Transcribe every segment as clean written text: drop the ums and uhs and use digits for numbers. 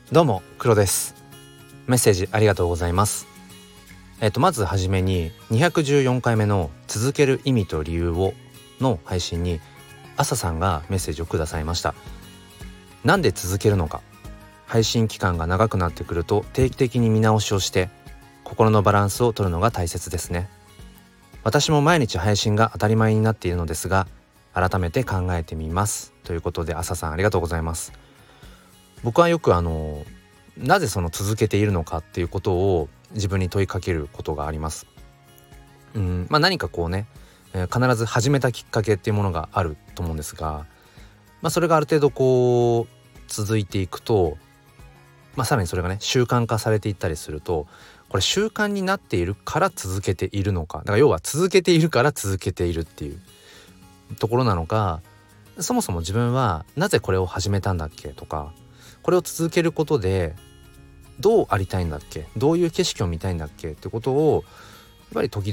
どうも黒です。メッセージありがとうございます。まずはじめに214回目の続ける意味と理由をの配信に朝さんがメッセージをくださいました。なんで続けるのか、配信期間が長くなってくると定期的に見直しをして心のバランスを取るのが大切ですね。私も毎日配信が当たり前になっているのですが、改めて考えてみますということで、朝さんありがとうございます。僕はよくなぜその続けているのかっていうことを自分に問いかけることがあります。何かこうね、必ず始めたきっかけっていうものがあると思うんですが、それがある程度こう続いていくと、さらにそれがね習慣化されていったりすると、これ習慣になっているから続けているのか、だから要は続けているから続けているっていうところなのか、そもそも自分はなぜこれを始めたんだっけとか、これを続けることでどうありたいんだっけ、どういう景色を見たいんだっけってことをやっぱり時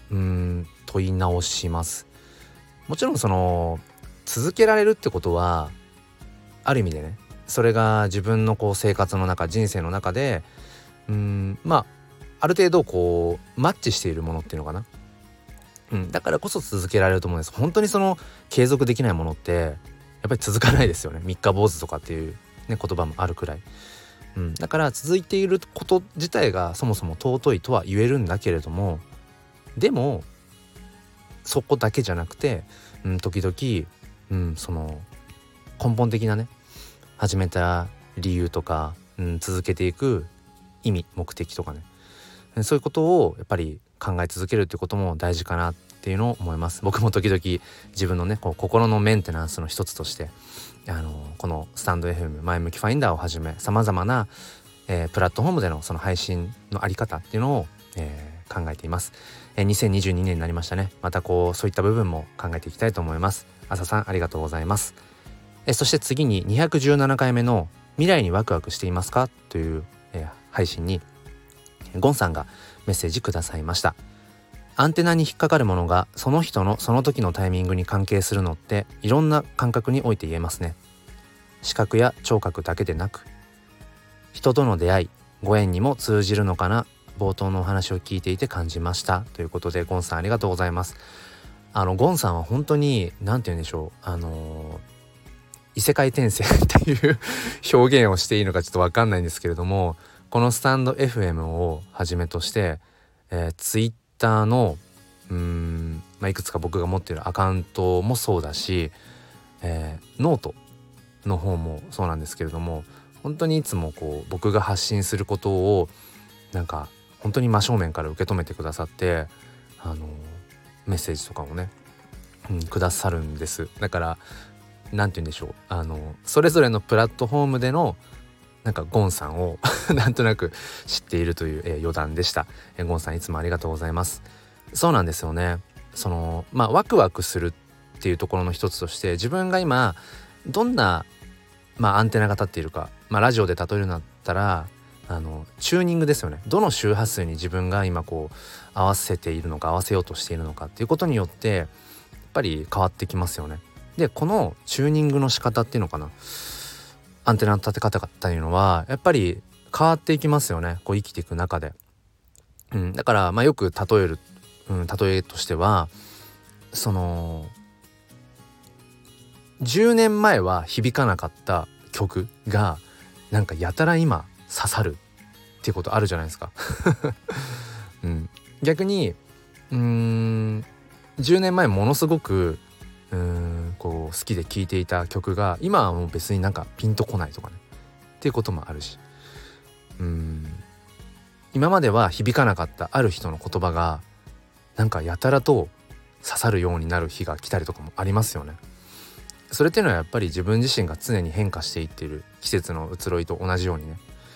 々問い直します。もちろんその続けられるってことはある意味でね、それが自分のこう生活の中、人生の中である程度こうマッチしているものっていうのかな、だからこそ続けられると思うんです。本当にその継続できないものってやっぱり続かないですよね。三日坊主とかっていうね言葉もあるくらい、だから続いていること自体がそもそも尊いとは言えるんだけれども、でもそこだけじゃなくて、時々、その根本的なね始めた理由とか、続けていく意味目的とかね、そういうことをやっぱり考え続けるっていうことも大事かなっていうのを思います。僕も時々自分のねこう心のメンテナンスの一つとしてこのスタンド FM 前向きファインダーをはじめさまざまな、プラットフォームでのその配信のあり方っていうのを、考えています。2022年になりましたね。またこうそういった部分も考えていきたいと思います。朝さんありがとうございます。そして次に217回目の未来にワクワクしていますかという、配信にゴンさんがメッセージくださいました。アンテナに引っかかるものがその人のその時のタイミングに関係するのっていろんな感覚において言えますね。視覚や聴覚だけでなく、人との出会い、ご縁にも通じるのかな。冒頭のお話を聞いていて感じましたということで、ゴンさんありがとうございます。ゴンさんは本当に何て言うんでしょう、異世界転生っていう表現をしていいのかちょっと分かんないんですけれども、このスタンド FM をはじめとして、ツイッターのいくつか僕が持っているアカウントもそうだし、ノートの方もそうなんですけれども、本当にいつもこう僕が発信することをなんか本当に真正面から受け止めてくださって、メッセージとかもね、くださるんです。だからなんて言うんでしょう、それぞれのプラットフォームでのなんかゴンさんをなんとなく知っているという、余談でした。ゴンさんいつもありがとうございます。そうなんですよね。そのワクワクするっていうところの一つとして、自分が今どんなアンテナが立っているか、ラジオで例えるんだったらチューニングですよね。どの周波数に自分が今こう合わせているのか、合わせようとしているのかっていうことによってやっぱり変わってきますよね。でこのチューニングの仕方っていうのかな、アンテナの立て方っていうのはやっぱり変わっていきますよね、こう生きていく中で。だからよく例える、例えとしてはその10年前は響かなかった曲がなんかやたら今刺さるっていうことあるじゃないですか、逆に10年前ものすごくこう好きで聴いていた曲が今はもう別になんかピンとこないとかねっていうこともあるし、今までは響かなかったある人の言葉がなんかやたらと刺さるようになる日が来たりとかもありますよね。それっていうのはやっぱり自分自身が常に変化していっている季節の移ろいと同じようにね、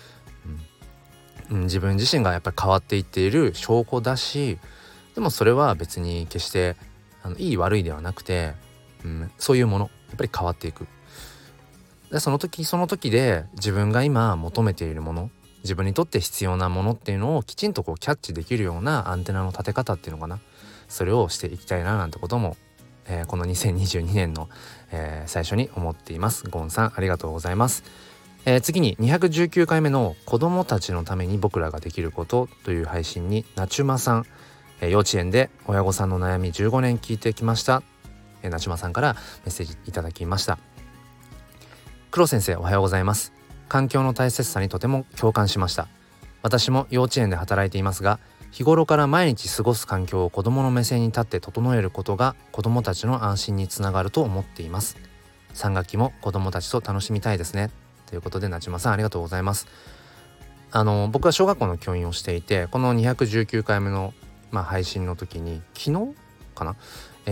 自分自身がやっぱり変わっていっている証拠だし、でもそれは別に決していい悪いではなくて、そういうものやっぱり変わっていく。でその時その時で自分が今求めているもの、自分にとって必要なものっていうのをきちんとこうキャッチできるようなアンテナの立て方っていうのかな、それをしていきたいななんてことも、この2022年の、最初に思っています。ゴンさんありがとうございます。 次に219回目の子どもたちのために僕らができることという配信になちゅまさん、幼稚園で親御さんの悩み15年聞いてきました、なちゅまさんからメッセージいただきました。黒先生おはようございます。環境の大切さにとても共感しました。私も幼稚園で働いていますが、日頃から毎日過ごす環境を子どもの目線に立って整えることが子どもたちの安心につながると思っています。3学期も子どもたちと楽しみたいですね、ということでなちまさんありがとうございます。僕は小学校の教員をしていて、この219回目の、配信の時に昨日かな、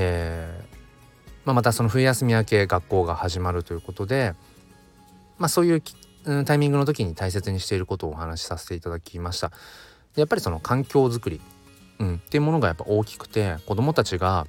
またその冬休み明け学校が始まるということで、そういうタイミングの時に大切にしていることをお話しさせていただきました。でやっぱりその環境づくり、っていうものがやっぱ大きくて、子どもたちが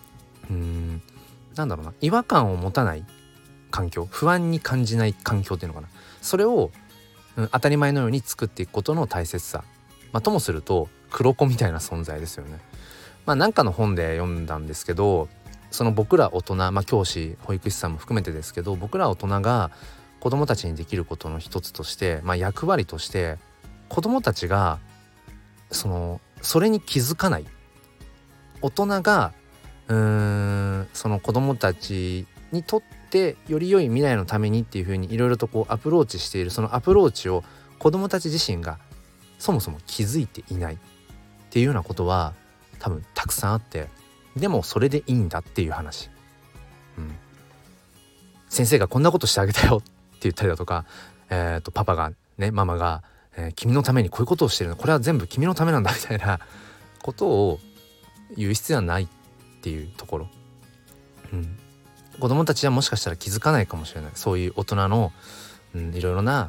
違和感を持たない環境、不安に感じない環境っていうのかな、それを、当たり前のように作っていくことの大切さ、ともすると黒子みたいな存在ですよね。なんかの本で読んだんですけど、その僕ら大人、教師保育士さんも含めてですけど、僕ら大人が子どもたちにできることの一つとして、役割として子どもたちがそれに気づかない、大人がその子どもたちにとってより良い未来のためにっていう風にいろいろとアプローチしている、そのアプローチを子どもたち自身がそもそも気づいていないっていうようなことは多分たくさんあって、でもそれでいいんだっていう話、先生がこんなことしてあげたよって言ったりだとか、パパがね、ママが、君のためにこういうことをしてるの、これは全部君のためなんだみたいなことを言う必要はないっていうところ、子供たちはもしかしたら気づかないかもしれない、そういう大人の、いろいろな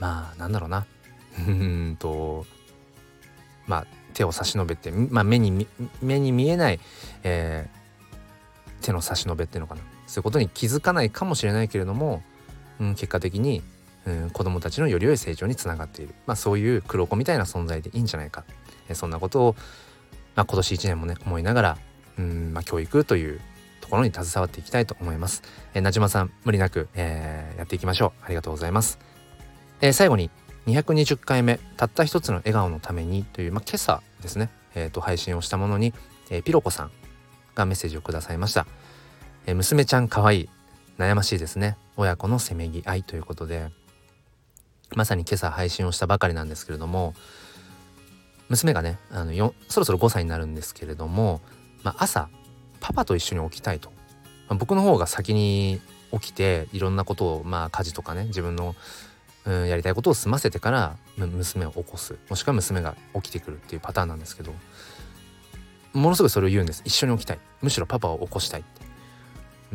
手を差し伸べて、目に見えない、手の差し伸べっていうのかな、そういうことに気づかないかもしれないけれども、結果的に、子どもたちのより良い成長につながっている、そういう黒子みたいな存在でいいんじゃないか、そんなことを、今年1年もね思いながら、教育というところに携わっていきたいと思います。なじまさん無理なく、やっていきましょう。ありがとうございます。最後に220回目たった一つの笑顔のためにという、今朝ですね、配信をしたものに、ピロコさんがメッセージをくださいました。娘ちゃんかわいい、悩ましいですね、親子のせめぎ合いということで、まさに今朝配信をしたばかりなんですけれども、娘がねそろそろ5歳になるんですけれども、朝パパと一緒に起きたいと、僕の方が先に起きていろんなことを家事とかね、自分のやりたいことを済ませてから娘を起こす、もしくは娘が起きてくるっていうパターンなんですけど、ものすごいそれを言うんです。一緒に起きたい、むしろパパを起こしたいって、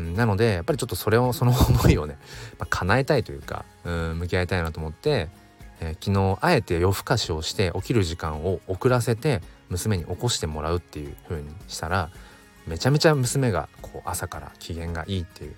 なのでやっぱりちょっとその思いをね、叶えたいというか、向き合いたいなと思って、昨日あえて夜更かしをして起きる時間を遅らせて娘に起こしてもらうっていう風にしたら、めちゃめちゃ娘が朝から機嫌がいいっていう、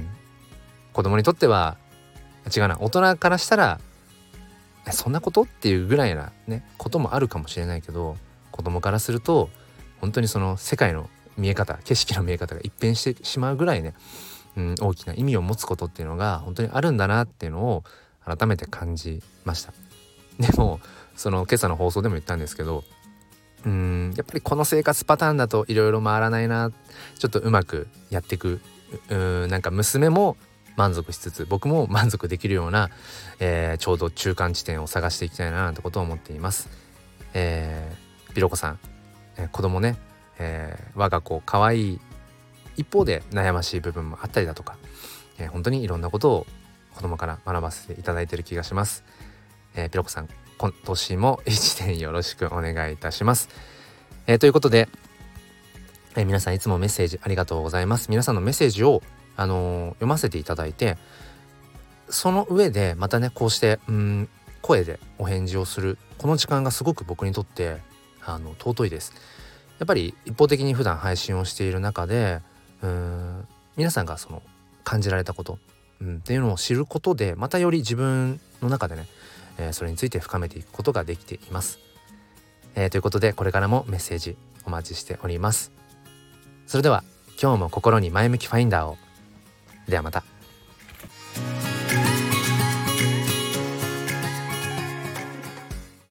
子供にとっては違うな、大人からしたらそんなことっていうぐらいなねこともあるかもしれないけど、子供からすると本当にその世界の見え方、景色の見え方が一変してしまうぐらいね、大きな意味を持つことっていうのが本当にあるんだなっていうのを改めて感じました。でもその今朝の放送でも言ったんですけど、やっぱりこの生活パターンだといろいろ回らないな、ちょっとうまくやっていく、なんか娘も満足しつつ僕も満足できるような、ちょうど中間地点を探していきたいななんてことを思っています。ピロコさん、子供ね、我が子可愛い一方で悩ましい部分もあったりだとか、本当にいろんなことを子供から学ばせていただいている気がします。ピロコさん、今年も1年よろしくお願いいたします。ということで、皆さんいつもメッセージありがとうございます。皆さんのメッセージを、読ませていただいて、その上でまたねこうして声でお返事をするこの時間がすごく僕にとって尊いです。やっぱり一方的に普段配信をしている中で皆さんがその感じられたこと、っていうのを知ることでまたより自分の中でね、それについて深めていくことができています。ということでこれからもメッセージお待ちしております。それでは今日も心に前向きファインダーを。ではまた。